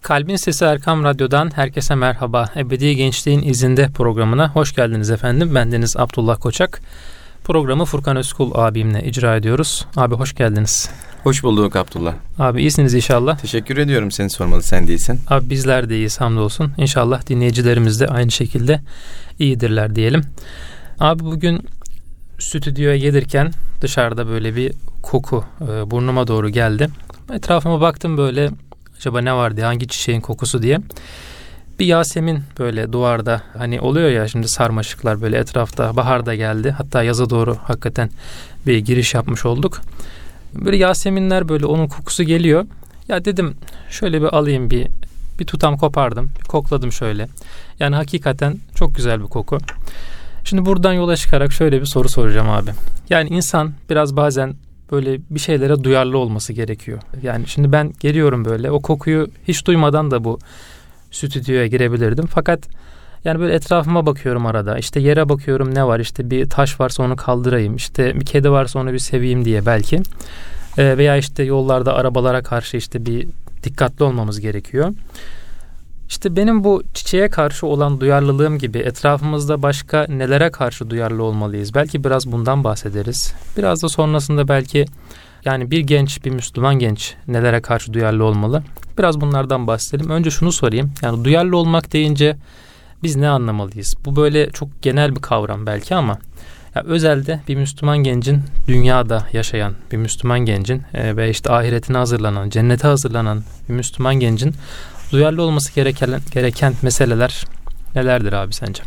Kalbin Sesi Erkam Radyo'dan herkese merhaba. Ebedi Gençliğin İzinde programına hoş geldiniz efendim. Bendeniz Abdullah Koçak. Programı Furkan Özkul abimle icra ediyoruz. Abi hoş geldiniz. Hoş bulduk Abdullah. Abi iyisiniz inşallah. Teşekkür ediyorum, seni sormalı, sen değilsin. Abi bizler de iyiyiz hamdolsun. İnşallah dinleyicilerimiz de aynı şekilde iyidirler diyelim. Abi bugün stüdyoya gelirken dışarıda böyle bir koku burnuma doğru geldi. Etrafıma baktım böyle, acaba ne var diye, hangi çiçeğin kokusu diye. Bir Yasemin böyle duvarda, hani oluyor ya şimdi sarmaşıklar böyle etrafta, bahar da geldi. Hatta yaza doğru hakikaten bir giriş yapmış olduk. Böyle Yaseminler, böyle onun kokusu geliyor. Ya dedim şöyle bir alayım, bir tutam kopardım, bir kokladım şöyle. Yani hakikaten çok güzel bir koku. Şimdi buradan yola çıkarak şöyle bir soru soracağım abi. Yani insan biraz bazen böyle bir şeylere duyarlı olması gerekiyor. Yani şimdi ben geliyorum böyle, o kokuyu hiç duymadan da bu stüdyoya girebilirdim. Fakat yani böyle etrafıma bakıyorum arada. İşte yere bakıyorum, ne var? İşte bir taş varsa onu kaldırayım. İşte bir kedi varsa onu bir seveyim diye belki. Veya işte yollarda arabalara karşı işte bir dikkatli olmamız gerekiyor. İşte benim bu çiçeğe karşı olan duyarlılığım gibi etrafımızda başka nelere karşı duyarlı olmalıyız? Belki biraz bundan bahsederiz. Biraz da sonrasında belki yani bir genç, bir Müslüman genç nelere karşı duyarlı olmalı? Biraz bunlardan bahsedelim. Önce şunu sorayım. Yani duyarlı olmak deyince biz ne anlamalıyız? Bu böyle çok genel bir kavram belki ama ya özelde bir Müslüman gencin, dünyada yaşayan bir Müslüman gencin ve işte ahiretine hazırlanan, cennete hazırlanan bir Müslüman gencin duyarlı olması gereken meseleler nelerdir abi sence?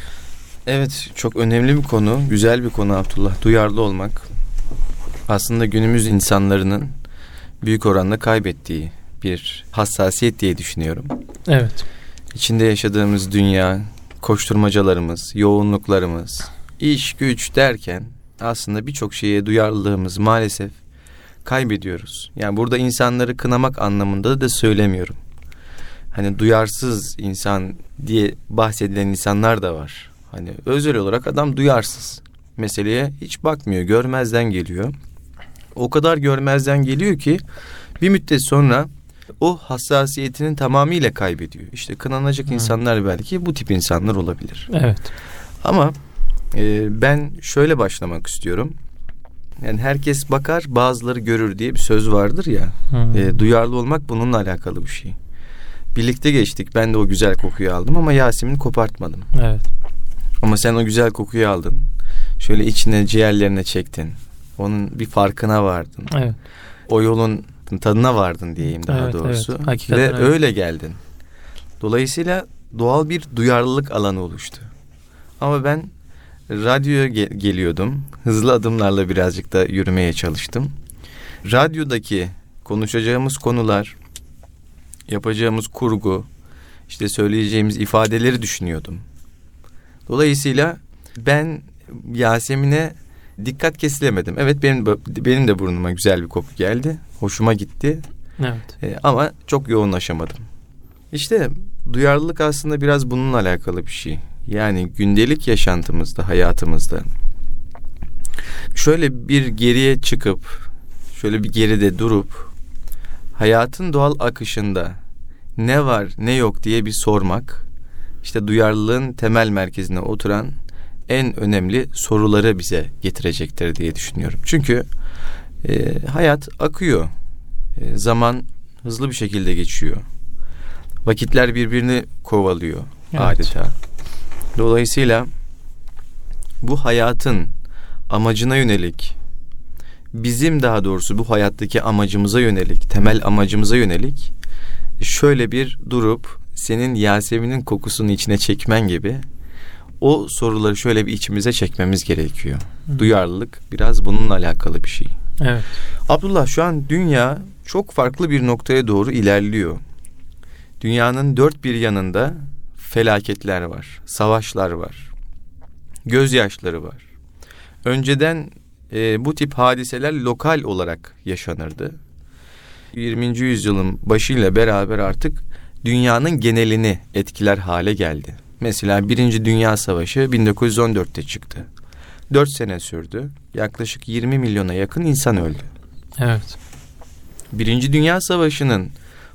Evet, çok önemli bir konu, güzel bir konu Abdullah. Duyarlı olmak aslında günümüz insanların büyük oranda kaybettiği bir hassasiyet diye düşünüyorum. Evet. İçinde yaşadığımız dünya, koşturmacalarımız, yoğunluklarımız, iş güç derken aslında birçok şeye duyarlılığımız maalesef kaybediyoruz. Yani burada insanları kınamak anlamında da söylemiyorum. Hani duyarsız insan diye bahsedilen insanlar da var. Hani özel olarak adam duyarsız. Meseleye hiç bakmıyor, görmezden geliyor. O kadar görmezden geliyor ki bir müddet sonra o hassasiyetinin tamamıyla kaybediyor. İşte kınanacak insanlar belki bu tip insanlar olabilir. Evet. Ama ben şöyle başlamak istiyorum. Yani herkes bakar, bazıları görür diye bir söz vardır ya. Duyarlı olmak bununla alakalı bir şey. Birlikte geçtik. Ben de o güzel kokuyu aldım ama Yasemin'i kopartmadım. Evet. Ama sen o güzel kokuyu aldın. Şöyle içine, ciğerlerine çektin. Onun bir farkına vardın. Evet. O yolun tadına vardın diyeyim daha doğrusu. Evet. Hakikaten ve öyle geldin. Dolayısıyla doğal bir duyarlılık alanı oluştu. Ama ben radyoya geliyordum. Hızlı adımlarla birazcık da yürümeye çalıştım. Radyodaki konuşacağımız konular, yapacağımız kurgu, işte söyleyeceğimiz ifadeleri düşünüyordum. Dolayısıyla ben Yasemin'e dikkat kesilemedim. Evet, benim de burnuma güzel bir koku geldi. Hoşuma gitti. Evet. Ama çok yoğunlaşamadım. İşte duyarlılık aslında biraz bununla alakalı bir şey. Yani gündelik yaşantımızda, hayatımızda şöyle bir geriye çıkıp, şöyle bir geride durup hayatın doğal akışında ne var ne yok diye bir sormak, işte duyarlılığın temel merkezine oturan en önemli soruları bize getirecektir diye düşünüyorum. Çünkü hayat akıyor. Zaman hızlı bir şekilde geçiyor. Vakitler birbirini kovalıyor adeta. Dolayısıyla bu hayatın amacına yönelik, bizim daha doğrusu bu hayattaki amacımıza yönelik, temel amacımıza yönelik şöyle bir durup senin Yasemin'in kokusunu içine çekmen gibi o soruları şöyle bir içimize çekmemiz gerekiyor. Duyarlılık biraz bununla alakalı bir şey. Evet. Abdullah, şu an dünya çok farklı bir noktaya doğru ilerliyor. Dünyanın dört bir yanında felaketler var, savaşlar var, gözyaşları var. Önceden bu tip hadiseler lokal olarak yaşanırdı. 20. yüzyılın başıyla beraber artık dünyanın genelini etkiler hale geldi. Mesela 1. Dünya Savaşı 1914'te çıktı. 4 sene sürdü. Yaklaşık 20 milyona yakın insan öldü. Evet. 1. Dünya Savaşı'nın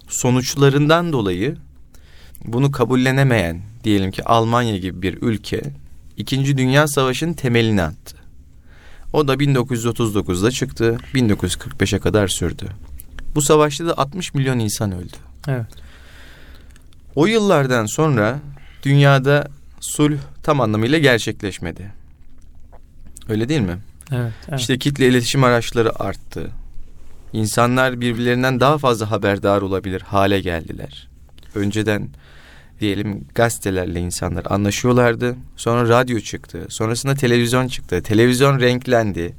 sonuçlarından dolayı bunu kabullenemeyen, diyelim ki Almanya gibi bir ülke 2. Dünya Savaşı'nın temelini attı. O da 1939'da çıktı, 1945'e kadar sürdü. Bu savaşta da 60 milyon insan öldü. Evet. O yıllardan sonra dünyada sulh tam anlamıyla gerçekleşmedi. Öyle değil mi? Evet, evet. İşte kitle iletişim araçları arttı. İnsanlar birbirlerinden daha fazla haberdar olabilir hale geldiler. Önceden diyelim gazetelerle insanlar anlaşıyorlardı. Sonra radyo çıktı. Sonrasında televizyon çıktı. Televizyon renklendi.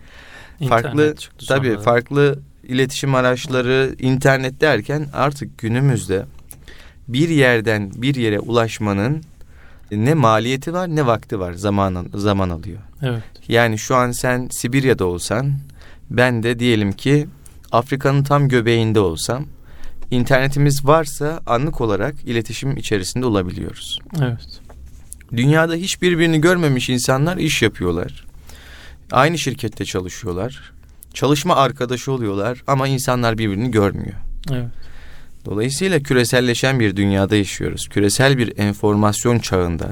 Farklı iletişim araçları, internet derken artık günümüzde bir yerden bir yere ulaşmanın ne maliyeti var ne vakti var. Zaman alıyor. Evet. Yani şu an sen Sibirya'da olsan, ben de diyelim ki Afrika'nın tam göbeğinde olsam, internetimiz varsa anlık olarak iletişim içerisinde olabiliyoruz. Evet. Dünyada hiç birbirini görmemiş insanlar iş yapıyorlar. Aynı şirkette çalışıyorlar. Çalışma arkadaşı oluyorlar ama insanlar birbirini görmüyor. Evet. Dolayısıyla küreselleşen bir dünyada yaşıyoruz. Küresel bir enformasyon çağında,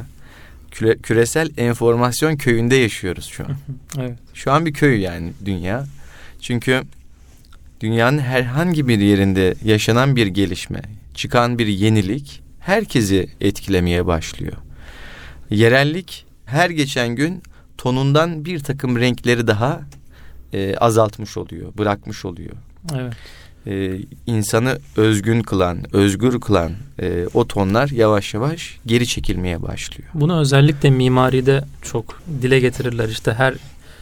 küresel enformasyon köyünde yaşıyoruz şu an. Evet. Şu an bir köy yani dünya. Çünkü dünyanın herhangi bir yerinde yaşanan bir gelişme, çıkan bir yenilik herkesi etkilemeye başlıyor. Yerellik her geçen gün tonundan bir takım renkleri daha azaltmış oluyor, bırakmış oluyor. Evet. İnsanı özgür kılan o tonlar yavaş yavaş geri çekilmeye başlıyor. Bunu özellikle mimaride çok dile getirirler. İşte her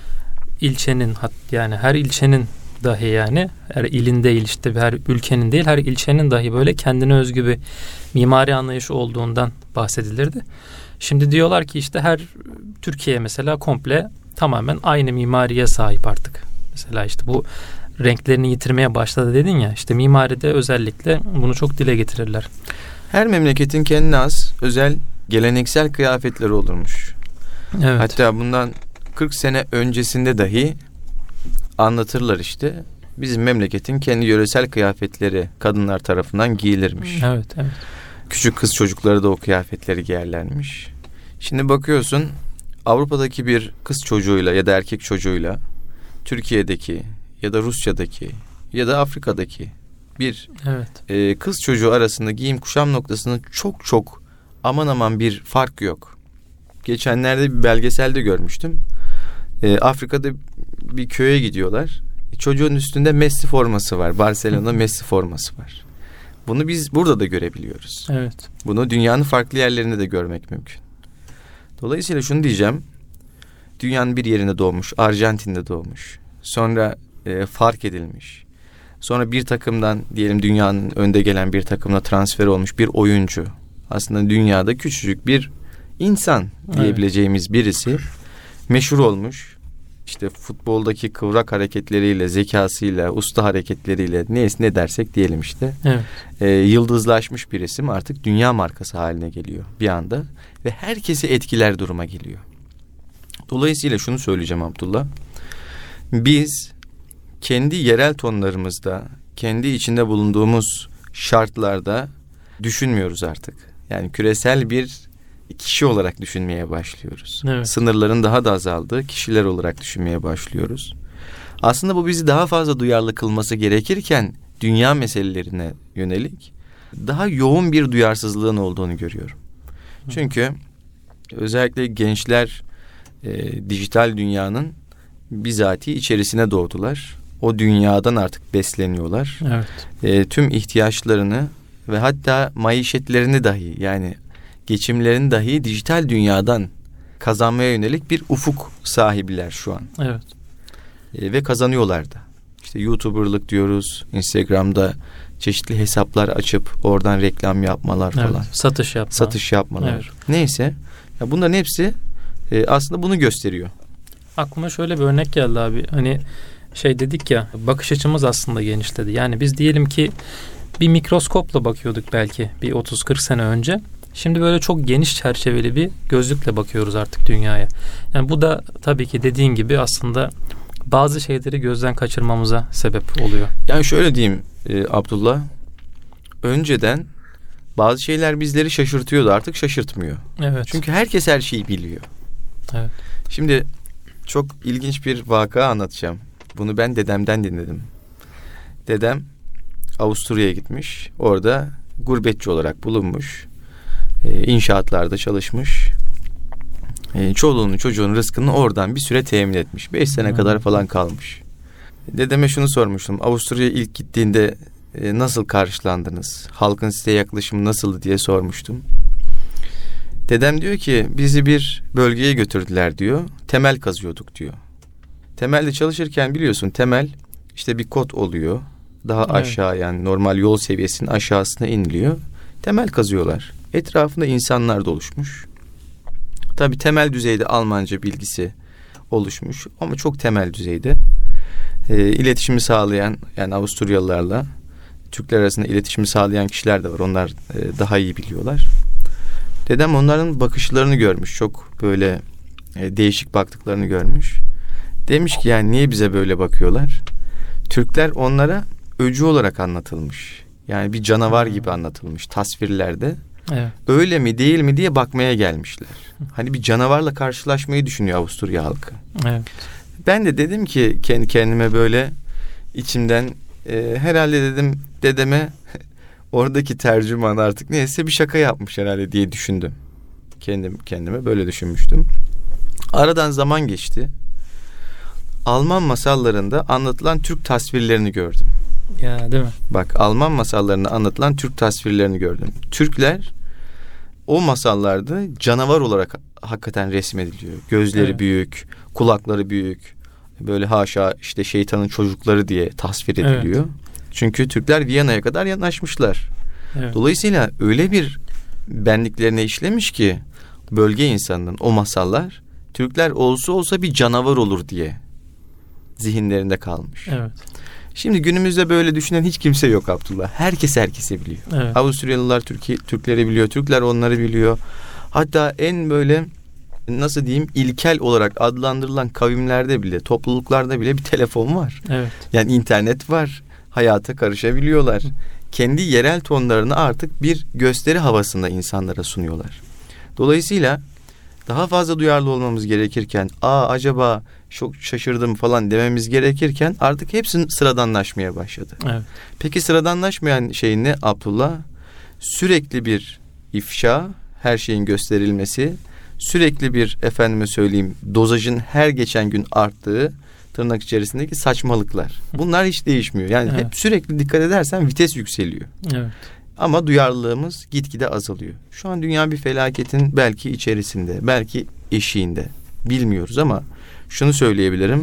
ilçenin her ilçenin dahi yani her ilin değil işte her ülkenin değil her ilçenin dahi böyle kendine özgü bir mimari anlayışı olduğundan bahsedilirdi. Şimdi diyorlar ki işte her Türkiye mesela komple tamamen aynı mimariye sahip artık. Mesela işte bu renklerini yitirmeye başladı dedin ya, işte mimaride özellikle bunu çok dile getirirler. Her memleketin kendine has özel geleneksel kıyafetleri olurmuş. Evet. Hatta bundan 40 sene öncesinde dahi anlatırlar işte. Bizim memleketin kendi yöresel kıyafetleri kadınlar tarafından giyilirmiş. Evet, evet. Küçük kız çocukları da o kıyafetleri giyerlermiş. Şimdi bakıyorsun Avrupa'daki bir kız çocuğuyla ya da erkek çocuğuyla Türkiye'deki ya da Rusya'daki ya da Afrika'daki bir kız çocuğu arasında giyim kuşam noktasında çok aman aman bir fark yok. Geçenlerde bir belgeselde görmüştüm. Afrika'da bir köye gidiyorlar. Çocuğun üstünde Messi forması var. Barcelona Messi forması var. Bunu biz burada da görebiliyoruz. Evet. Bunu dünyanın farklı yerlerinde de görmek mümkün. Dolayısıyla şunu diyeceğim. Dünyanın bir yerinde doğmuş. Arjantin'de doğmuş. Sonra fark edilmiş. Sonra bir takımdan diyelim dünyanın önde gelen bir takımına transfer olmuş bir oyuncu. Aslında dünyada küçücük bir insan diyebileceğimiz birisi meşhur olmuş. İşte futboldaki kıvrak hareketleriyle, zekasıyla, usta hareketleriyle ne dersek diyelim işte. Evet. Yıldızlaşmış bir isim artık dünya markası haline geliyor bir anda ve herkesi etkiler duruma geliyor. Dolayısıyla şunu söyleyeceğim Abdullah. Biz kendi yerel tonlarımızda, kendi içinde bulunduğumuz şartlarda düşünmüyoruz artık. Yani küresel bir kişi olarak düşünmeye başlıyoruz. Evet. Sınırların daha da azaldığı kişiler olarak düşünmeye başlıyoruz. Aslında bu bizi daha fazla duyarlı kılması gerekirken dünya meselelerine yönelik daha yoğun bir duyarsızlığın olduğunu görüyorum. Çünkü özellikle gençler dijital dünyanın bizatihi içerisine doğdular. O dünyadan artık besleniyorlar. Evet. Tüm ihtiyaçlarını ve hatta maişetlerini dahi yani geçimlerini dahi dijital dünyadan kazanmaya yönelik bir ufuk sahibiler şu an. Evet. Ve kazanıyorlar da. İşte YouTuber'lık diyoruz. Instagram'da çeşitli hesaplar açıp oradan reklam yapmalar falan. Evet. Satış yapmalar. Evet. Neyse. Ya bunların hepsi aslında bunu gösteriyor. Aklıma şöyle bir örnek geldi abi. Hani dedik ya, bakış açımız aslında genişledi. Yani biz diyelim ki bir mikroskopla bakıyorduk belki bir 30-40 sene önce. Şimdi böyle çok geniş çerçeveli bir gözlükle bakıyoruz artık dünyaya. Yani bu da tabii ki dediğin gibi aslında bazı şeyleri gözden kaçırmamıza sebep oluyor. Yani şöyle diyeyim Abdullah. önceden bazı şeyler bizleri şaşırtıyordu, artık şaşırtmıyor. Evet. Çünkü herkes her şeyi biliyor. Evet. Şimdi çok ilginç bir vaka anlatacağım. Bunu ben dedemden dinledim. Dedem Avusturya'ya gitmiş. Orada gurbetçi olarak bulunmuş. İnşaatlarda çalışmış. Çoluğunun çocuğunun rızkını oradan bir süre temin etmiş. 5 sene kadar falan kalmış. Dedeme şunu sormuştum. Avusturya'ya ilk gittiğinde nasıl karşılandınız? Halkın size yaklaşımı nasıldı diye sormuştum. Dedem diyor ki bizi bir bölgeye götürdüler diyor. Temel kazıyorduk diyor. Temelde çalışırken biliyorsun temel işte bir kot oluyor. Daha aşağı, yani normal yol seviyesinin aşağısına iniliyor. Temel kazıyorlar. Etrafında insanlar da oluşmuş. Tabii temel düzeyde Almanca bilgisi oluşmuş ama çok temel düzeyde. İletişimi sağlayan, yani Avusturyalılarla Türkler arasında iletişimi sağlayan kişiler de var. Onlar daha iyi biliyorlar. Dedem onların bakışlarını görmüş. Çok böyle değişik baktıklarını görmüş. Demiş ki yani niye bize böyle bakıyorlar? Türkler onlara öcü olarak anlatılmış. Yani bir canavar gibi anlatılmış tasvirlerde. Evet. Öyle mi değil mi diye bakmaya gelmişler. Hani bir canavarla karşılaşmayı düşünüyor Avusturya halkı. Evet. Ben de dedim ki kendi kendime böyle içimden herhalde dedim dedeme oradaki tercüman artık neyse bir şaka yapmış herhalde diye düşündüm. Kendime böyle düşünmüştüm. Aradan zaman geçti. Alman masallarında anlatılan Türk tasvirlerini gördüm. Ya değil mi? Bak, Alman masallarında anlatılan Türk tasvirlerini gördüm. Türkler o masallarda canavar olarak hakikaten resmediliyor. Gözleri büyük, kulakları büyük. Böyle haşa işte şeytanın çocukları diye tasvir ediliyor. Evet. Çünkü Türkler Viyana'ya kadar yanaşmışlar. Evet. Dolayısıyla öyle bir benliklerine işlemiş ki bölge insanının o masallar Türkler olsa bir canavar olur diye zihinlerinde kalmış. Evet. Şimdi günümüzde böyle düşünen hiç kimse yok Abdullah. Herkes herkesi biliyor. Evet. Avusturyalılar Türkleri biliyor. Türkler onları biliyor. Hatta en böyle nasıl diyeyim ilkel olarak adlandırılan kavimlerde bile, topluluklarda bile bir telefon var. Evet. Yani internet var. Hayata karışabiliyorlar. Kendi yerel tonlarını artık bir gösteri havasında insanlara sunuyorlar. Dolayısıyla daha fazla duyarlı olmamız gerekirken, acaba çok şaşırdım falan dememiz gerekirken artık hepsi sıradanlaşmaya başladı. Evet. Peki sıradanlaşmayan şey ne Abdullah? Sürekli bir ifşa, her şeyin gösterilmesi, sürekli bir efendime söyleyeyim dozajın her geçen gün arttığı tırnak içerisindeki saçmalıklar. Bunlar hiç değişmiyor. Yani hep sürekli dikkat edersen vites yükseliyor. Evet. Ama duyarlılığımız gitgide azalıyor. Şu an dünya bir felaketin belki içerisinde, belki eşiğinde. Bilmiyoruz ama şunu söyleyebilirim.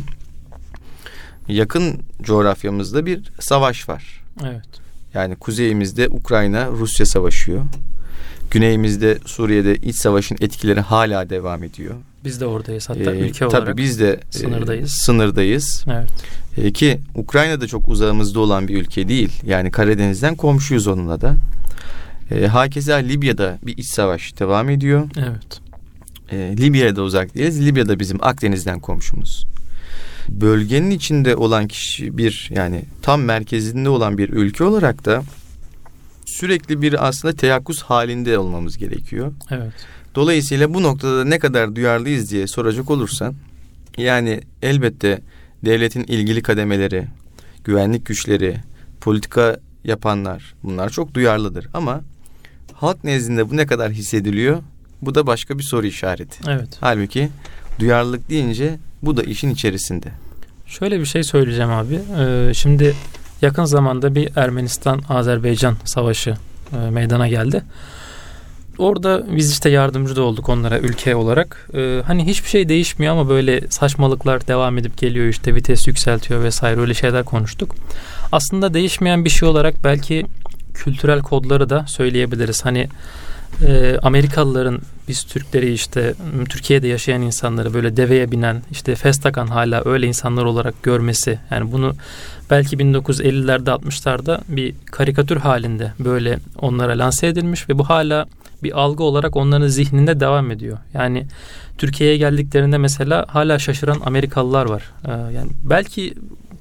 Yakın coğrafyamızda bir savaş var. Evet. Yani kuzeyimizde Ukrayna, Rusya savaşıyor. Güneyimizde Suriye'de iç savaşın etkileri hala devam ediyor. Biz de oradayız hatta ülke olarak. Tabii biz de sınırdayız. Evet. Ki Ukrayna da çok uzağımızda olan bir ülke değil. Yani Karadeniz'den komşuyuz onunla da. Hakeza Libya'da bir iç savaş devam ediyor. Evet. Libya'ya da uzak değiliz. Libya da bizim Akdeniz'den komşumuz. Bölgenin içinde olan kişi yani tam merkezinde olan bir ülke olarak da sürekli bir aslında teyakkuz halinde olmamız gerekiyor. Evet. Dolayısıyla bu noktada ne kadar duyarlıyız diye soracak olursan, yani elbette devletin ilgili kademeleri, güvenlik güçleri, politika yapanlar bunlar çok duyarlıdır. Ama halk nezdinde bu ne kadar hissediliyor? Bu da başka bir soru işareti. Evet. Halbuki duyarlılık deyince bu da işin içerisinde. Şöyle bir şey söyleyeceğim abi. Şimdi yakın zamanda bir Ermenistan-Azerbaycan savaşı meydana geldi. Orada biz işte yardımcı da olduk onlara ülke olarak. Hani hiçbir şey değişmiyor ama böyle saçmalıklar devam edip geliyor, işte vites yükseltiyor vesaire, öyle şeyler konuştuk. Aslında değişmeyen bir şey olarak belki kültürel kodları da söyleyebiliriz. Hani Amerikalıların biz Türkleri, işte Türkiye'de yaşayan insanları böyle deveye binen, işte fes takan hala öyle insanlar olarak görmesi, yani bunu belki 1950'lerde 60'larda bir karikatür halinde böyle onlara lanse edilmiş ve bu hala bir algı olarak onların zihninde devam ediyor. Yani Türkiye'ye geldiklerinde mesela hala şaşıran Amerikalılar var. Yani belki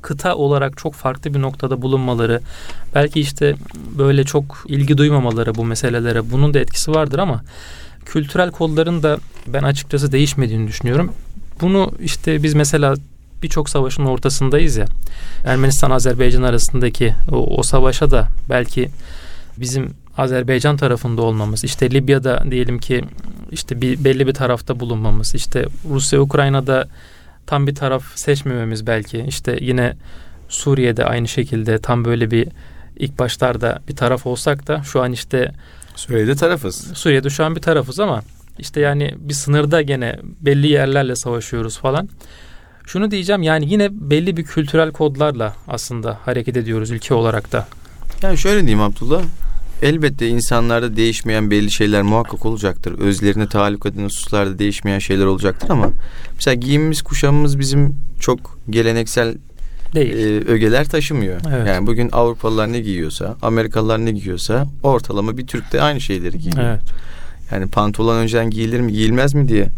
kıta olarak çok farklı bir noktada bulunmaları, belki işte böyle çok ilgi duymamaları bu meselelere, bunun da etkisi vardır ama kültürel kodların da ben açıkçası değişmediğini düşünüyorum. Bunu işte biz mesela birçok savaşın ortasındayız ya. Ermenistan-Azerbaycan arasındaki o savaşa da belki bizim Azerbaycan tarafında olmamız, işte Libya'da diyelim ki işte belli bir tarafta bulunmamız, işte Rusya-Ukrayna'da tam bir taraf seçmememiz belki, işte yine Suriye'de aynı şekilde tam böyle bir ilk başlarda bir taraf olsak da şu an işte Suriye'de tarafız. Suriye'de şu an bir tarafız ama işte yani bir sınırda gene belli yerlerle savaşıyoruz falan. Şunu diyeceğim, yani yine belli bir kültürel kodlarla aslında hareket ediyoruz ülke olarak da. Yani şöyle diyeyim Abdullah, elbette insanlarda değişmeyen belli şeyler muhakkak olacaktır. Özlerine taalluk eden hususlarda değişmeyen şeyler olacaktır ama mesela giyimimiz, kuşamımız bizim çok geleneksel değil. Ögeler taşımıyor. Evet. Yani bugün Avrupalılar ne giyiyorsa, Amerikalılar ne giyiyorsa ortalama bir Türk de aynı şeyleri giyiyor. Evet. Yani pantolon önceden giyilir mi giyilmez mi diye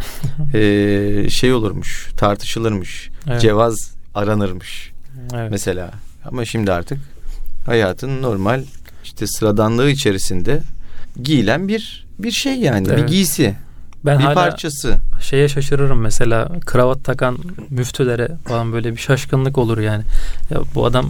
şey olurmuş, tartışılırmış. Evet. Cevaz aranırmış. Evet. Mesela. Ama şimdi artık hayatın normal işte sıradanlığı içerisinde giyilen bir şey yani. Evet. Bir giysi. Ben bir hala parçası. Şeye şaşırırım mesela, kravat takan müftülere falan böyle bir şaşkınlık olur yani. Ya bu adam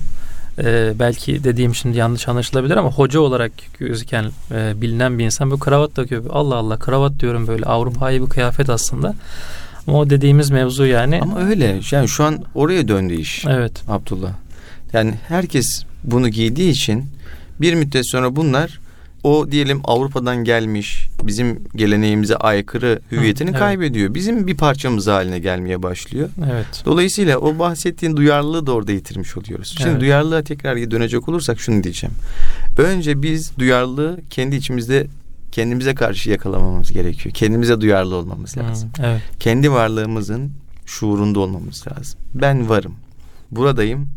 belki dediğim şimdi yanlış anlaşılabilir ama hoca olarak gözüken bilinen bir insan bu kravat takıyor. Allah Allah, kravat diyorum, böyle Avrupa'yı bir kıyafet aslında. Ama o dediğimiz mevzu yani. Ama öyle. Yani şu an oraya döndü iş. Evet. Abdullah. Yani herkes bunu giydiği için bir müddet sonra bunlar o diyelim Avrupa'dan gelmiş bizim geleneğimize aykırı hüviyetini kaybediyor. Bizim bir parçamız haline gelmeye başlıyor. Evet. Dolayısıyla o bahsettiğin duyarlılığı da orada yitirmiş oluyoruz. Şimdi duyarlılığa tekrar dönecek olursak şunu diyeceğim. Önce biz duyarlılığı kendi içimizde kendimize karşı yakalamamız gerekiyor. Kendimize duyarlı olmamız lazım. Evet. Kendi varlığımızın şuurunda olmamız lazım. Ben varım. Buradayım.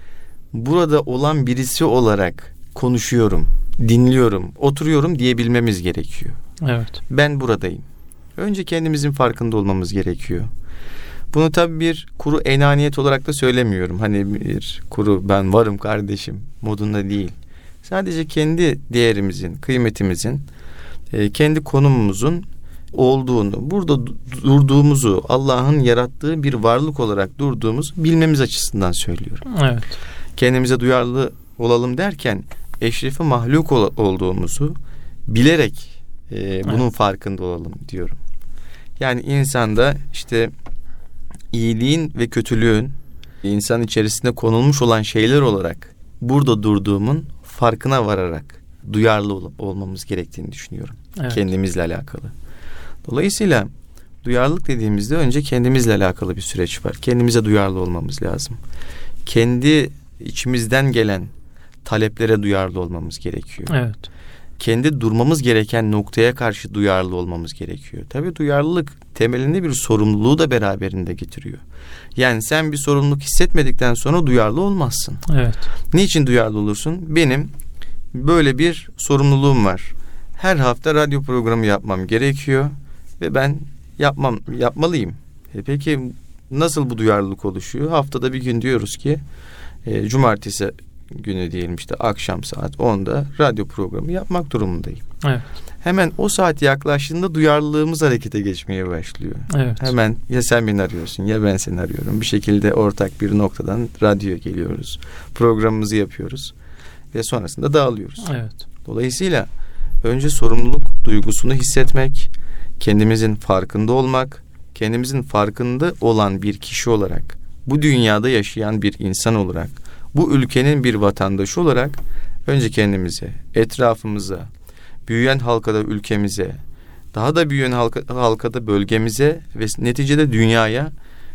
Burada olan birisi olarak konuşuyorum, dinliyorum, oturuyorum diyebilmemiz gerekiyor. Evet. Ben buradayım. Önce kendimizin farkında olmamız gerekiyor. Bunu tabii bir kuru enaniyet olarak da söylemiyorum. Hani bir kuru ben varım kardeşim modunda değil. Sadece kendi değerimizin, kıymetimizin, kendi konumumuzun olduğunu, burada durduğumuzu, Allah'ın yarattığı bir varlık olarak durduğumuzu bilmemiz açısından söylüyorum. Evet. Kendimize duyarlı olalım derken eşrefi mahluk olduğumuzu bilerek bunun farkında olalım diyorum. Yani insanda işte iyiliğin ve kötülüğün insan içerisinde konulmuş olan şeyler olarak burada durduğumun farkına vararak duyarlı olmamız gerektiğini düşünüyorum. Evet. Kendimizle alakalı. Dolayısıyla duyarlılık dediğimizde önce kendimizle alakalı bir süreç var. Kendimize duyarlı olmamız lazım. Kendi içimizden gelen taleplere duyarlı olmamız gerekiyor. Evet. Kendi durmamız gereken noktaya karşı duyarlı olmamız gerekiyor. Tabii duyarlılık temelinde bir sorumluluğu da beraberinde getiriyor. Yani sen bir sorumluluk hissetmedikten sonra duyarlı olmazsın. Evet. Niçin duyarlı olursun? Benim böyle bir sorumluluğum var. Her hafta radyo programı yapmam gerekiyor ve ben yapmalıyım. Peki nasıl bu duyarlılık oluşuyor? Haftada bir gün diyoruz ki cumartesi günü diyelim işte akşam saat 10'da radyo programı yapmak durumundayım. Evet. Hemen o saat yaklaştığında duyarlılığımız harekete geçmeye başlıyor. Evet. Hemen ya sen beni arıyorsun ya ben seni arıyorum. Bir şekilde ortak bir noktadan radyoya geliyoruz. Programımızı yapıyoruz ve sonrasında dağılıyoruz. Evet. Dolayısıyla önce sorumluluk duygusunu hissetmek, kendimizin farkında olmak, kendimizin farkında olan bir kişi olarak, bu dünyada yaşayan bir insan olarak, bu ülkenin bir vatandaşı olarak önce kendimize, etrafımıza, büyüyen halkada ülkemize, daha da büyüyen halkada bölgemize ve neticede dünyaya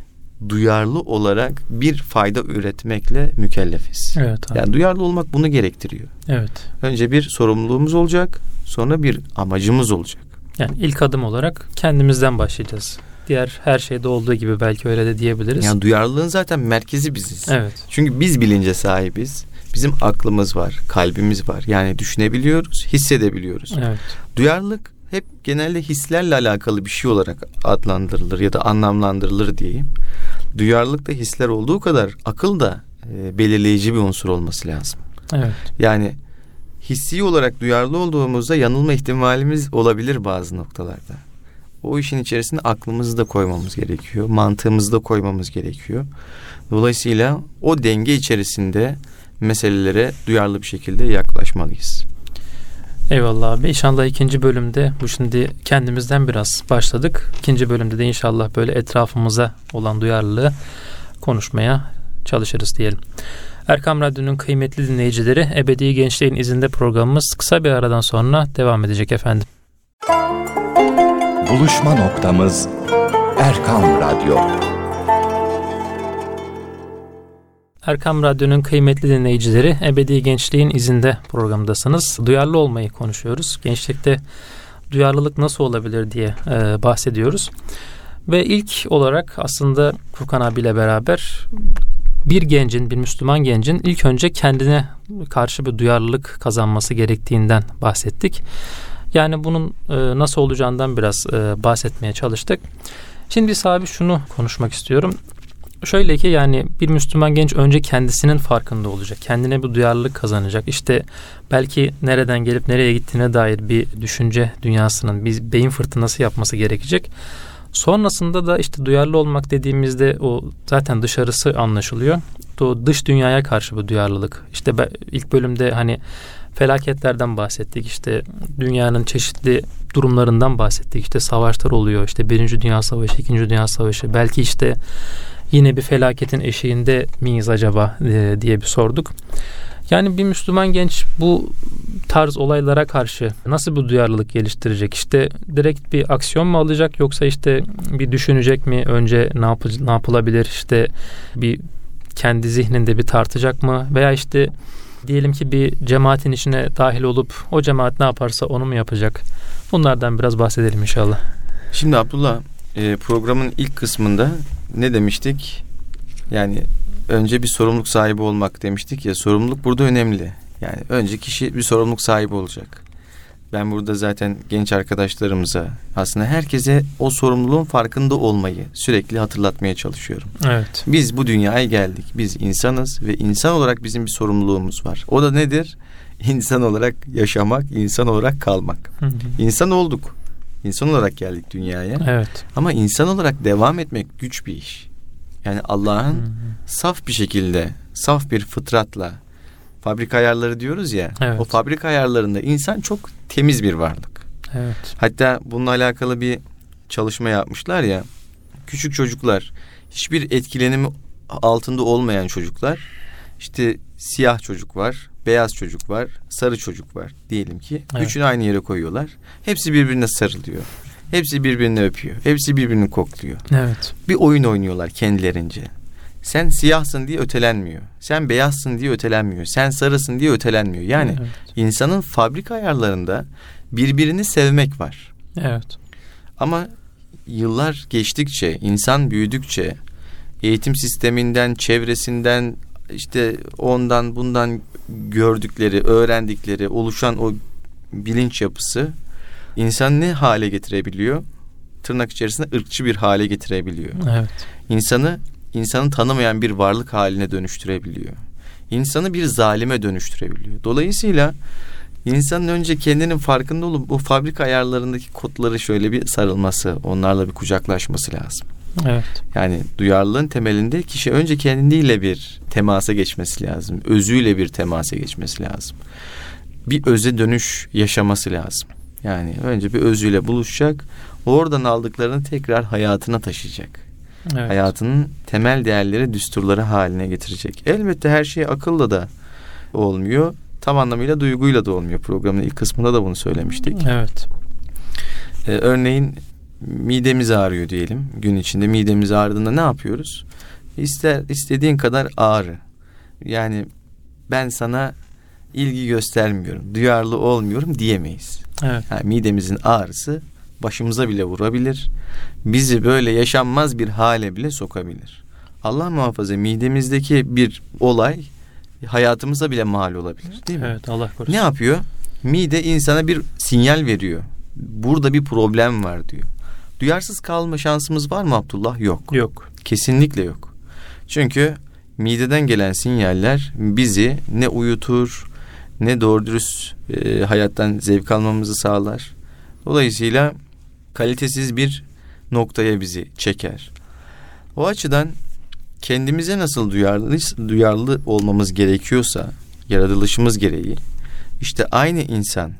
duyarlı olarak bir fayda üretmekle mükellefiz. Evet, abi. Yani duyarlı olmak bunu gerektiriyor. Evet. Önce bir sorumluluğumuz olacak, sonra bir amacımız olacak. Yani ilk adım olarak kendimizden başlayacağız. Diğer her şeyde olduğu gibi belki öyle de diyebiliriz. Yani duyarlılığın zaten merkezi biziz. Evet. Çünkü biz bilince sahibiz. Bizim aklımız var, kalbimiz var. Yani düşünebiliyoruz, hissedebiliyoruz. Evet. Duyarlılık hep genelde hislerle alakalı bir şey olarak adlandırılır ya da anlamlandırılır diyeyim. Duyarlılık da hisler olduğu kadar akıl da belirleyici bir unsur olması lazım. Evet. Yani hissi olarak duyarlı olduğumuzda yanılma ihtimalimiz olabilir bazı noktalarda. O işin içerisine aklımızı da koymamız gerekiyor. Mantığımızı da koymamız gerekiyor. Dolayısıyla o denge içerisinde meselelere duyarlı bir şekilde yaklaşmalıyız. Eyvallah abi. İnşallah ikinci bölümde, bu şimdi kendimizden biraz başladık. İkinci bölümde de inşallah böyle etrafımıza olan duyarlılığı konuşmaya çalışırız diyelim. Erkam Radyo'nun kıymetli dinleyicileri, Ebedi Gençliğin İzinde programımız kısa bir aradan sonra devam edecek efendim. Buluşma noktamız Erkam Radyo. Erkam Radyo'nun kıymetli dinleyicileri, Ebedi Gençliğin İzinde programındasınız. Duyarlı olmayı konuşuyoruz. Gençlikte duyarlılık nasıl olabilir diye bahsediyoruz. Ve ilk olarak aslında Furkan abiyle beraber bir Müslüman gencin ilk önce kendine karşı bir duyarlılık kazanması gerektiğinden bahsettik. Yani bunun nasıl olacağından biraz bahsetmeye çalıştık. Şimdi abi şunu konuşmak istiyorum. Şöyle ki yani bir Müslüman genç önce kendisinin farkında olacak. Kendine bir duyarlılık kazanacak. İşte belki nereden gelip nereye gittiğine dair bir düşünce dünyasının, bir beyin fırtınası yapması gerekecek. Sonrasında da işte duyarlı olmak dediğimizde o zaten dışarısı anlaşılıyor. O dış dünyaya karşı bu duyarlılık. İşte ilk bölümde hani felaketlerden bahsettik. İşte dünyanın çeşitli durumlarından bahsettik. İşte savaşlar oluyor. İşte 1. Dünya Savaşı, 2. Dünya Savaşı. Belki işte yine bir felaketin eşiğinde miyiz acaba diye bir sorduk. Yani bir Müslüman genç bu tarz olaylara karşı nasıl bir duyarlılık geliştirecek? İşte direkt bir aksiyon mu alacak, yoksa işte bir düşünecek mi? Önce ne yapılabilir? İşte bir kendi zihninde bir tartacak mı? Veya işte diyelim ki bir cemaatin içine dahil olup o cemaat ne yaparsa onu mu yapacak? Bunlardan biraz bahsedelim inşallah. Şimdi Abdullah, programın ilk kısmında ne demiştik? Yani önce bir sorumluluk sahibi olmak demiştik ya, sorumluluk burada önemli. Yani önce kişi bir sorumluluk sahibi olacak. Ben burada zaten genç arkadaşlarımıza, aslında herkese o sorumluluğun farkında olmayı sürekli hatırlatmaya çalışıyorum. Evet. Biz bu dünyaya geldik. Biz insanız ve insan olarak bizim bir sorumluluğumuz var. O da nedir? İnsan olarak yaşamak, insan olarak kalmak. Hı hı. İnsan olduk. İnsan olarak geldik dünyaya. Evet. Ama insan olarak devam etmek güç bir iş. Yani Allah'ın saf bir şekilde, saf bir fıtratla, fabrika ayarları diyoruz ya, evet. O fabrika ayarlarında insan çok temiz bir varlık. Evet. Hatta bununla alakalı bir çalışma yapmışlar ya, küçük çocuklar, hiçbir etkilenimi altında olmayan çocuklar, işte siyah çocuk var, beyaz çocuk var, sarı çocuk var diyelim ki. Evet. Üçünü aynı yere koyuyorlar. Hepsi birbirine sarılıyor. Hepsi birbirini öpüyor. Hepsi birbirini kokluyor. Evet. Bir oyun oynuyorlar kendilerince. Sen siyahsın diye ötelenmiyor. Sen beyazsın diye ötelenmiyor. Sen sarısın diye ötelenmiyor. Yani evet. insanın fabrika ayarlarında birbirini sevmek var. Evet. Ama yıllar geçtikçe, insan büyüdükçe, eğitim sisteminden, çevresinden, işte ondan bundan gördükleri, öğrendikleri, oluşan o bilinç yapısı insanı ne hale getirebiliyor? Tırnak içerisinde ırkçı bir hale getirebiliyor. Evet. İnsanı tanımayan bir varlık haline dönüştürebiliyor. İnsanı bir zalime dönüştürebiliyor. Dolayısıyla insanın önce kendinin farkında olup bu fabrika ayarlarındaki kodları şöyle bir sarılması, onlarla bir kucaklaşması lazım. Evet. Yani duyarlılığın temelinde kişi önce kendiyle bir temasa geçmesi lazım. Özüyle bir temasa geçmesi lazım. Bir öze dönüş yaşaması lazım. Yani önce bir özüyle buluşacak. Oradan aldıklarını tekrar hayatına taşıyacak. Evet. Hayatının temel değerleri, düsturları haline getirecek. Elbette her şey akılla da olmuyor. Tam anlamıyla duyguyla da olmuyor. Programın ilk kısmında da bunu söylemiştik. Evet. Örneğin midemiz ağrıyor diyelim. Gün içinde midemiz ağrıdığında ne yapıyoruz? İstediğin kadar ağrı. Yani ben sana ilgi göstermiyorum, duyarlı olmuyorum diyemeyiz. Evet. Yani midemizin ağrısı başımıza bile vurabilir. Bizi böyle yaşanmaz bir hale bile sokabilir. Allah muhafaza, midemizdeki bir olay hayatımıza bile mal olabilir, değil mi? Evet, Allah korusun. Ne yapıyor? Mide insana bir sinyal veriyor. Burada bir problem var diyor. Duyarsız kalma şansımız var mı Abdullah? Yok. Yok. Kesinlikle yok. Çünkü mideden gelen sinyaller bizi ne uyutur, ne doğru dürüst hayattan zevk almamızı sağlar. Dolayısıyla kalitesiz bir noktaya bizi çeker. O açıdan kendimize nasıl duyarlı olmamız gerekiyorsa, yaratılışımız gereği, işte aynı insan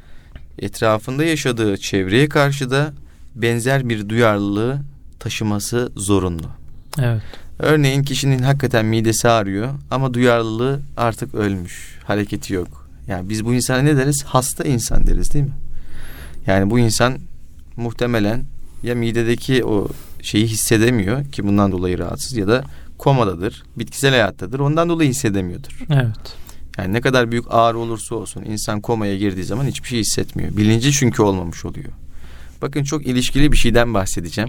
etrafında yaşadığı çevreye karşı da benzer bir duyarlılığı taşıması zorunlu. Evet. Örneğin kişinin hakikaten midesi ağrıyor ama duyarlılığı artık ölmüş, hareketi yok. Yani biz bu insana ne deriz? Hasta insan deriz, değil mi? Yani bu insan muhtemelen ya midedeki o şeyi hissedemiyor ki bundan dolayı rahatsız, ya da komadadır, bitkisel hayattadır, ondan dolayı hissedemiyordur. Evet. Yani ne kadar büyük ağrı olursa olsun insan komaya girdiği zaman hiçbir şey hissetmiyor. Bilinci çünkü olmamış oluyor. Bakın, çok ilişkili bir şeyden bahsedeceğim.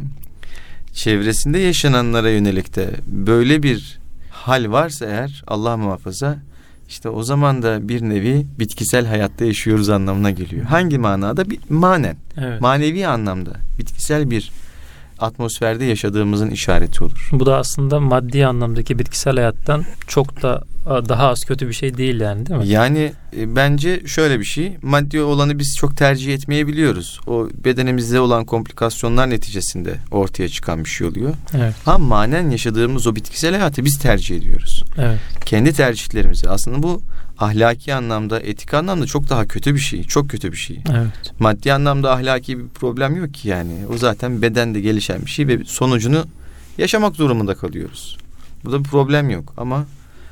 Çevresinde yaşananlara yönelik de böyle bir hal varsa eğer, Allah muhafaza, işte o zaman da bir nevi bitkisel hayatta yaşıyoruz anlamına geliyor. Hangi manada? Manen. Evet. Manevi anlamda bitkisel bir atmosferde yaşadığımızın işareti olur. Bu da aslında maddi anlamdaki bitkisel hayattan çok da daha az kötü bir şey değil yani, değil mi? Yani bence şöyle bir şey, maddi olanı biz çok tercih etmeyebiliyoruz. O bedenimizde olan komplikasyonlar neticesinde ortaya çıkan bir şey oluyor. Evet. Ama manen yaşadığımız o bitkisel hayatı biz tercih ediyoruz. Evet. Kendi tercihlerimizi. Aslında bu ahlaki anlamda, etik anlamda çok daha kötü bir şey. Çok kötü bir şey. Evet. Maddi anlamda ahlaki bir problem yok ki yani. O zaten bedende gelişen bir şey ve sonucunu yaşamak durumunda kalıyoruz. Burada bir problem yok ama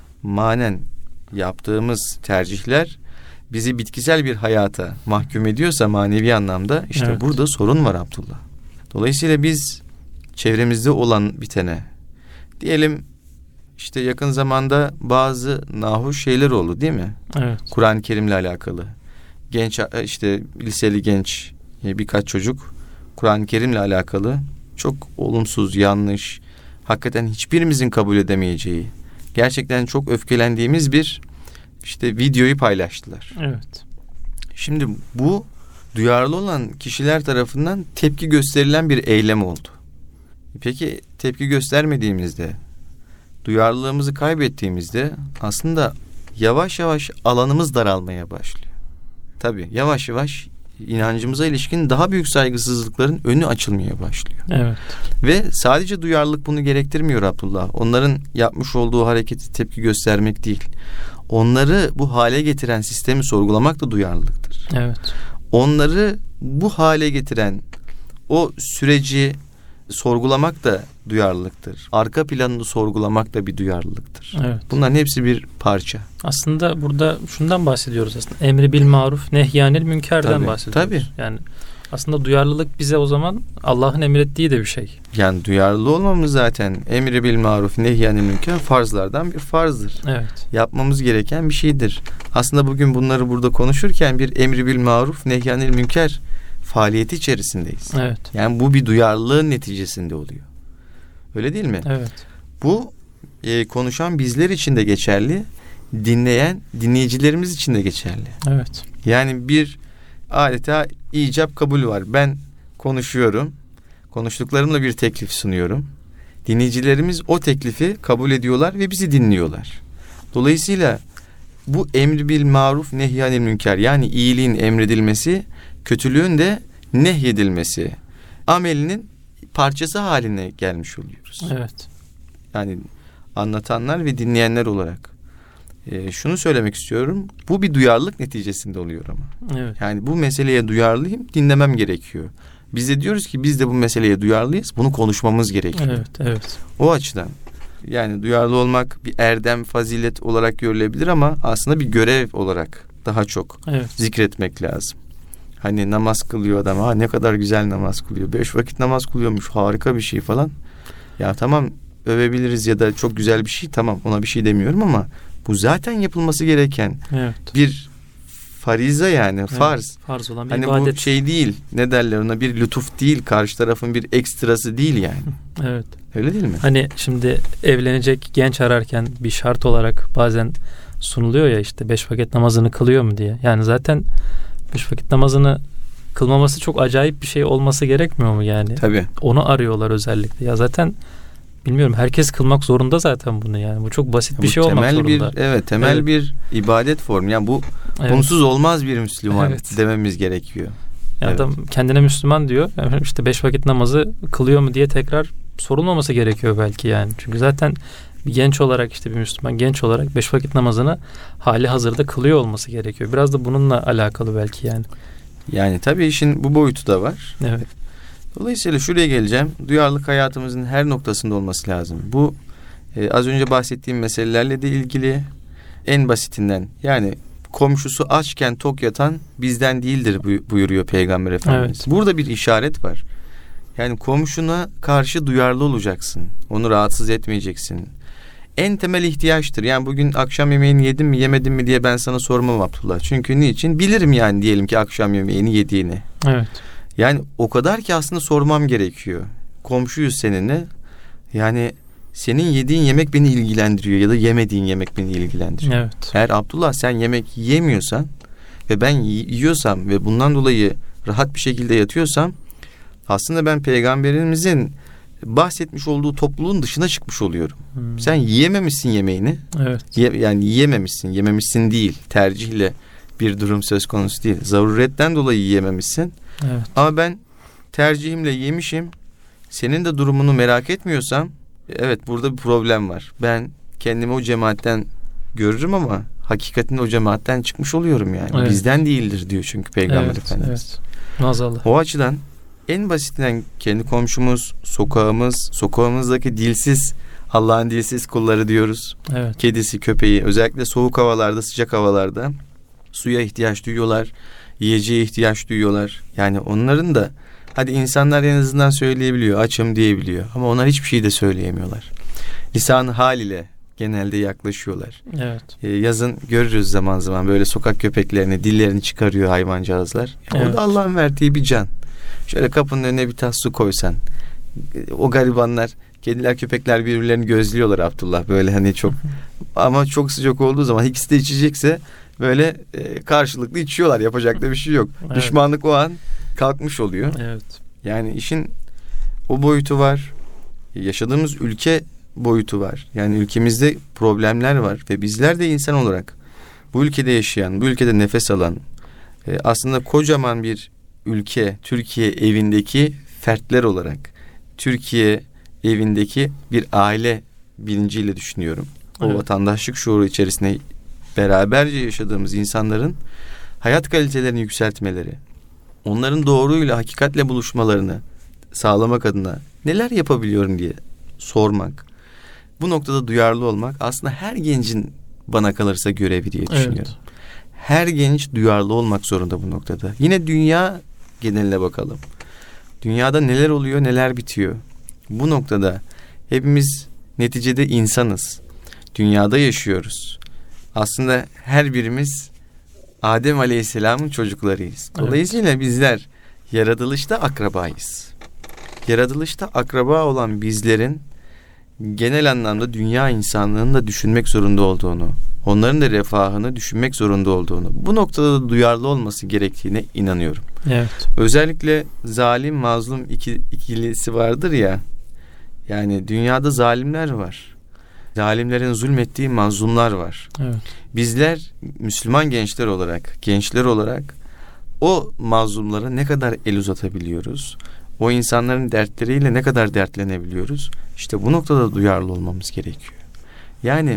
manen yaptığımız tercihler bizi bitkisel bir hayata mahkum ediyorsa manevi anlamda, işte evet, burada sorun var Abdullah. Dolayısıyla biz çevremizde olan bitene, diyelim işte yakın zamanda bazı nahoş şeyler oldu, değil mi? Evet. Kur'an-ı Kerim'le alakalı. Genç, işte liseli genç birkaç çocuk Kur'an-ı Kerim'le alakalı çok olumsuz, yanlış, hakikaten hiçbirimizin kabul edemeyeceği, gerçekten çok öfkelendiğimiz bir işte videoyu paylaştılar. Evet. Şimdi bu duyarlı olan kişiler tarafından tepki gösterilen bir eylem oldu. Peki tepki göstermediğimizde, duyarlılığımızı kaybettiğimizde aslında yavaş yavaş alanımız daralmaya başlıyor. Tabii yavaş yavaş inancımıza ilişkin daha büyük saygısızlıkların önü açılmaya başlıyor. Evet. Ve sadece duyarlılık bunu gerektirmiyor Abdullah. Onların yapmış olduğu hareketi tepki göstermek değil. Onları bu hale getiren sistemi sorgulamak da duyarlılıktır. Evet. Onları bu hale getiren o süreci sorgulamak da duyarlılıktır. Arka planını sorgulamak da bir duyarlılıktır. Evet. Bunların hepsi bir parça. Aslında burada şundan bahsediyoruz aslında. Emri bil maruf, nehyanil münkerden Tabii, bahsediyoruz. tabii. Yani aslında duyarlılık bize o zaman Allah'ın emrettiği de bir şey. Yani duyarlı olmamız zaten emri bil maruf, nehyanil münker farzlardan bir farzdır. Evet. Yapmamız gereken bir şeydir. Aslında bugün bunları burada konuşurken bir emri bil maruf, nehyanil münker faaliyeti içerisindeyiz. Evet. Yani bu bir duyarlılığın neticesinde oluyor. Öyle değil mi? Evet. Bu konuşan bizler için de geçerli, dinleyen dinleyicilerimiz için de geçerli. Evet. Yani bir adeta icap kabul var. Ben konuşuyorum, konuştuklarımla bir teklif sunuyorum. Dinleyicilerimiz o teklifi kabul ediyorlar ve bizi dinliyorlar. Dolayısıyla bu emri bil maruf, nehyanil münker, yani iyiliğin emredilmesi, kötülüğün de nehyedilmesi, amelinin parçası haline gelmiş oluyoruz. Evet. Yani anlatanlar ve dinleyenler olarak şunu söylemek istiyorum. Bu bir duyarlılık neticesinde oluyor ama. Evet. Yani bu meseleye duyarlıyım, dinlemem gerekiyor. Biz de diyoruz ki biz de bu meseleye duyarlıyız. Bunu konuşmamız gerekiyor. Evet, evet. O açıdan yani duyarlı olmak bir erdem, fazilet olarak görülebilir ama aslında bir görev olarak daha çok Evet. zikretmek lazım. Hani namaz kılıyor adam, ha ne kadar güzel namaz kılıyor. 5 vakit namaz kılıyormuş, harika bir şey falan. Ya tamam, övebiliriz ya da çok güzel bir şey, tamam, ona bir şey demiyorum ama bu zaten yapılması gereken Evet. bir farize, yani farz. Evet, farz olan bir hani ibadet. bu şey değil, ne derler ona, bir lütuf değil, karşı tarafın bir ekstrası değil yani. Evet. Öyle değil mi? Hani şimdi evlenecek genç ararken bir şart olarak bazen sunuluyor ya, işte 5 vakit namazını kılıyor mu diye. Yani zaten 5 vakit namazını kılmaması çok acayip bir şey olması gerekmiyor mu yani? Tabii. Onu arıyorlar özellikle. Ya zaten bilmiyorum, herkes kılmak zorunda zaten bunu yani. Bu çok basit bir şey olmak zorunda. Temel bir ibadet formu. Yani bu bunsuz olmaz bir Müslüman dememiz gerekiyor. Yani adam kendine Müslüman diyor. Yani işte 5 vakit namazı kılıyor mu diye tekrar sorulmaması gerekiyor belki yani. Çünkü zaten bir genç olarak, işte bir Müslüman genç olarak 5 vakit namazını hali hazırda kılıyor olması gerekiyor. Biraz da bununla alakalı belki yani. Yani tabii işin bu boyutu da var. Evet. Dolayısıyla şuraya geleceğim. Duyarlılık hayatımızın her noktasında olması lazım. Bu az önce bahsettiğim meselelerle de ilgili, en basitinden yani komşusu açken tok yatan bizden değildir buyuruyor Peygamber Efendimiz. Evet. Burada bir işaret var. Yani komşuna karşı duyarlı olacaksın. Onu rahatsız etmeyeceksin. En temel ihtiyaçtır. Yani bugün akşam yemeğini yedin mi yemedin mi diye ben sana sormam Abdullah. Çünkü niçin? Bilirim yani diyelim ki akşam yemeğini yediğini. Evet. Yani o kadar ki aslında sormam gerekiyor. Komşuyuz seninle. Yani senin yediğin yemek beni ilgilendiriyor ya da yemediğin yemek beni ilgilendiriyor. Evet. Eğer Abdullah sen yemek yemiyorsan ve ben yiyorsam ve bundan dolayı rahat bir şekilde yatıyorsam, aslında ben Peygamberimizin bahsetmiş olduğu topluluğun dışına çıkmış oluyorum. Sen yiyememişsin yemeğini. Evet. Yani yiyememişsin. Yememişsin değil. Tercihle bir durum söz konusu değil. Zaruretten dolayı yiyememişsin. Evet. Ama ben tercihimle yemişim. Senin de durumunu merak etmiyorsam, evet burada bir problem var. Ben kendimi o cemaatten görürüm ama hakikaten o cemaatten çıkmış oluyorum yani. Evet. Bizden değildir diyor çünkü Peygamber Efendimiz. Evet. Maazallah. O açıdan en basitinden kendi komşumuz, sokağımızdaki dilsiz, Allah'ın dilsiz kulları diyoruz. Evet. Kedisi, köpeği, özellikle soğuk havalarda, sıcak havalarda suya ihtiyaç duyuyorlar, yiyeceğe ihtiyaç duyuyorlar. Yani onların da, hadi insanlar en azından söyleyebiliyor, açım diyebiliyor ama onlar hiçbir şey de söyleyemiyorlar. Lisan hal ile genelde yaklaşıyorlar. Evet. Yazın görürüz zaman zaman böyle sokak köpeklerini, dillerini çıkarıyor hayvancağızlar. Evet. Orada Allah'ın verdiği bir can. Şöyle kapının önüne bir tas su koysan, o garibanlar, kediler, köpekler birbirlerini gözlüyorlar Abdullah. Böyle hani çok ama çok sıcak olduğu zaman ikisi de içecekse böyle karşılıklı içiyorlar. Yapacak da bir şey yok. Evet. Düşmanlık o an kalkmış oluyor. Evet. Yani işin o boyutu var. Yaşadığımız ülke boyutu var. Yani ülkemizde problemler var ve bizler de insan olarak bu ülkede yaşayan, bu ülkede nefes alan, aslında kocaman bir ülke, Türkiye evindeki fertler olarak, Türkiye evindeki bir aile bilinciyle düşünüyorum. O Evet. vatandaşlık şuuru içerisinde beraberce yaşadığımız insanların hayat kalitelerini yükseltmeleri, onların doğruyla, hakikatle buluşmalarını sağlamak adına neler yapabiliyorum diye sormak, bu noktada duyarlı olmak aslında her gencin bana kalırsa görevi diye düşünüyorum. Evet. Her genç duyarlı olmak zorunda bu noktada. Yine dünya geneline bakalım. Dünyada neler oluyor, neler bitiyor. Bu noktada hepimiz neticede insanız. Dünyada yaşıyoruz. Aslında her birimiz Adem Aleyhisselam'ın çocuklarıyız. Dolayısıyla bizler yaratılışta akrabayız. Yaratılışta akraba olan bizlerin genel anlamda dünya insanlığını da düşünmek zorunda olduğunu, onların da refahını düşünmek zorunda olduğunu, bu noktada da duyarlı olması gerektiğine inanıyorum. Evet. Özellikle zalim mazlum ikilisi vardır ya, yani dünyada zalimler var. Zalimlerin zulmettiği mazlumlar var. Evet. Bizler Müslüman gençler olarak o mazlumlara ne kadar el uzatabiliyoruz? O insanların dertleriyle ne kadar dertlenebiliyoruz? İşte bu noktada duyarlı olmamız gerekiyor. Yani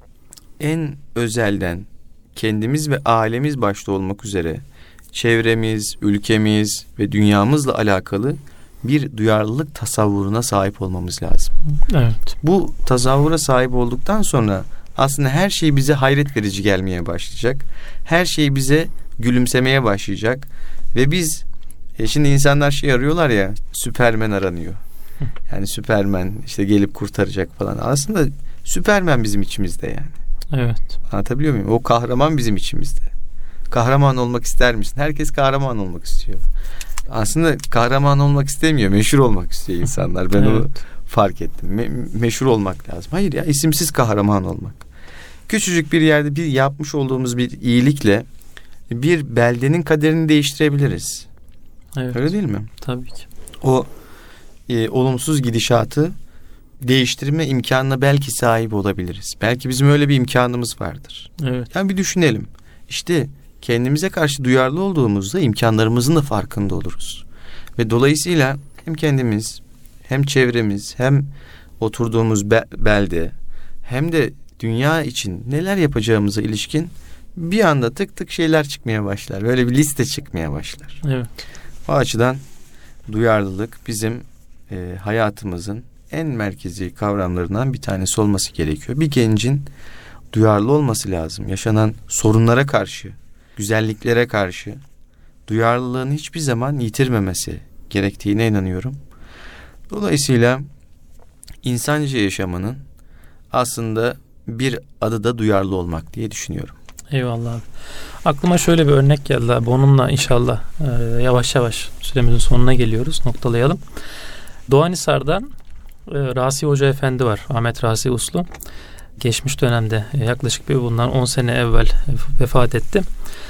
en özelden kendimiz ve ailemiz başta olmak üzere çevremiz, ülkemiz ve dünyamızla alakalı bir duyarlılık tasavvuruna sahip olmamız lazım. Evet. Bu tasavvura sahip olduktan sonra aslında her şey bize hayret verici gelmeye başlayacak. Her şey bize gülümsemeye başlayacak. Ve biz şimdi insanlar şey arıyorlar ya, Süpermen aranıyor. Yani Süpermen işte gelip kurtaracak falan. Aslında Süpermen bizim içimizde yani. Evet. Anlatabiliyor muyum? O kahraman bizim içimizde. Kahraman olmak ister misin? Herkes kahraman olmak istiyor. Aslında kahraman olmak istemiyor, meşhur olmak istiyor insanlar. Ben onu fark ettim. Meşhur olmak lazım. Hayır ya, isimsiz kahraman olmak. Küçücük bir yerde bir yapmış olduğumuz bir iyilikle bir beldenin kaderini değiştirebiliriz. Evet. Öyle değil mi? Tabii ki. O olumsuz gidişatı değiştirme imkanına belki sahip olabiliriz. Belki bizim öyle bir imkanımız vardır. Evet. Yani bir düşünelim. İşte kendimize karşı duyarlı olduğumuzda imkanlarımızın da farkında oluruz. Ve dolayısıyla hem kendimiz, hem çevremiz, hem oturduğumuz belde, hem de dünya için neler yapacağımıza ilişkin bir anda tık tık şeyler çıkmaya başlar. Böyle bir liste çıkmaya başlar. Evet. O açıdan duyarlılık bizim hayatımızın en merkezi kavramlarından bir tanesi olması gerekiyor. Bir gencin duyarlı olması lazım. Yaşanan sorunlara karşı, güzelliklere karşı duyarlılığını hiçbir zaman yitirmemesi gerektiğine inanıyorum. Dolayısıyla insanca yaşamanın aslında bir adı da duyarlı olmak diye düşünüyorum. Eyvallah abi. Aklıma şöyle bir örnek geldi abi. Onunla inşallah yavaş yavaş süremizin sonuna geliyoruz. Noktalayalım. Doğanisar'da Rasi Hoca Efendi var. Ahmet Rasi Uslu. Geçmiş dönemde yaklaşık bundan 10 sene evvel vefat etti.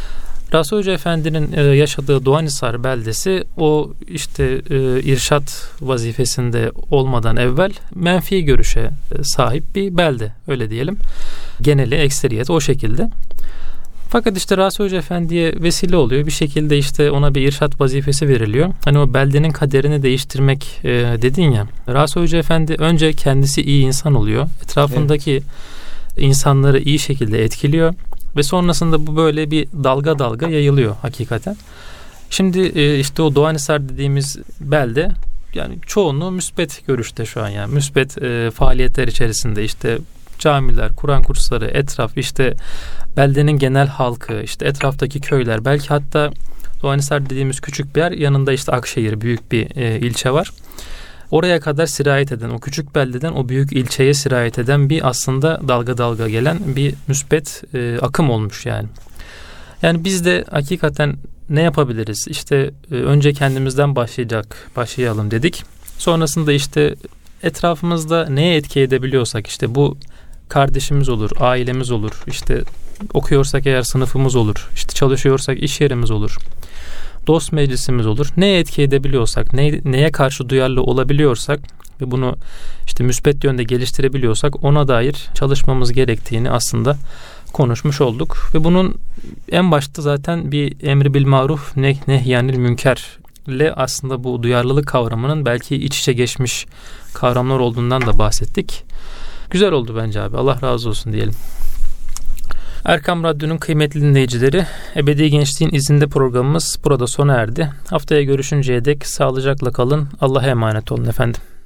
Rasi Hoca Efendi'nin yaşadığı Doğanisar beldesi o işte irşat vazifesinde olmadan evvel menfi görüşe sahip bir belde, öyle diyelim. Geneli, ekseriyet o şekilde. Fakat işte Rasi Hoca Efendi'ye vesile oluyor. Bir şekilde işte ona bir irşat vazifesi veriliyor. Hani o beldenin kaderini değiştirmek dedin ya. Rasi Hoca Efendi önce kendisi iyi insan oluyor. Etrafındaki insanları iyi şekilde etkiliyor. Ve sonrasında bu böyle bir dalga dalga yayılıyor hakikaten. Şimdi işte o Doğanisar dediğimiz belde yani çoğunluğu müsbet görüşte şu an, yani müsbet faaliyetler içerisinde, işte camiler, Kur'an kursları, etraf, işte beldenin genel halkı, işte etraftaki köyler, belki hatta Doğanisar dediğimiz küçük bir yer, yanında işte Akşehir büyük bir ilçe var. Oraya kadar sirayet eden, o küçük beldeden o büyük ilçeye sirayet eden bir aslında dalga dalga gelen bir müsbet akım olmuş yani. Yani biz de hakikaten ne yapabiliriz? İşte önce kendimizden başlayalım dedik. Sonrasında işte etrafımızda neye etki edebiliyorsak, işte bu kardeşimiz olur, ailemiz olur, işte okuyorsak eğer sınıfımız olur, işte çalışıyorsak iş yerimiz olur, dost meclisimiz olur. Neye etki edebiliyorsak, neye karşı duyarlı olabiliyorsak ve bunu işte müsbet yönde geliştirebiliyorsak ona dair çalışmamız gerektiğini aslında konuşmuş olduk. Ve bunun en başta zaten bir emri bil maruf nehyanil münkerle aslında bu duyarlılık kavramının belki iç içe geçmiş kavramlar olduğundan da bahsettik. Güzel oldu bence abi. Allah razı olsun diyelim. Erkam Radyo'nun kıymetli dinleyicileri, Ebedi Gençliğin İzinde programımız burada sona erdi. Haftaya görüşünceye dek sağlıcakla kalın. Allah'a emanet olun efendim.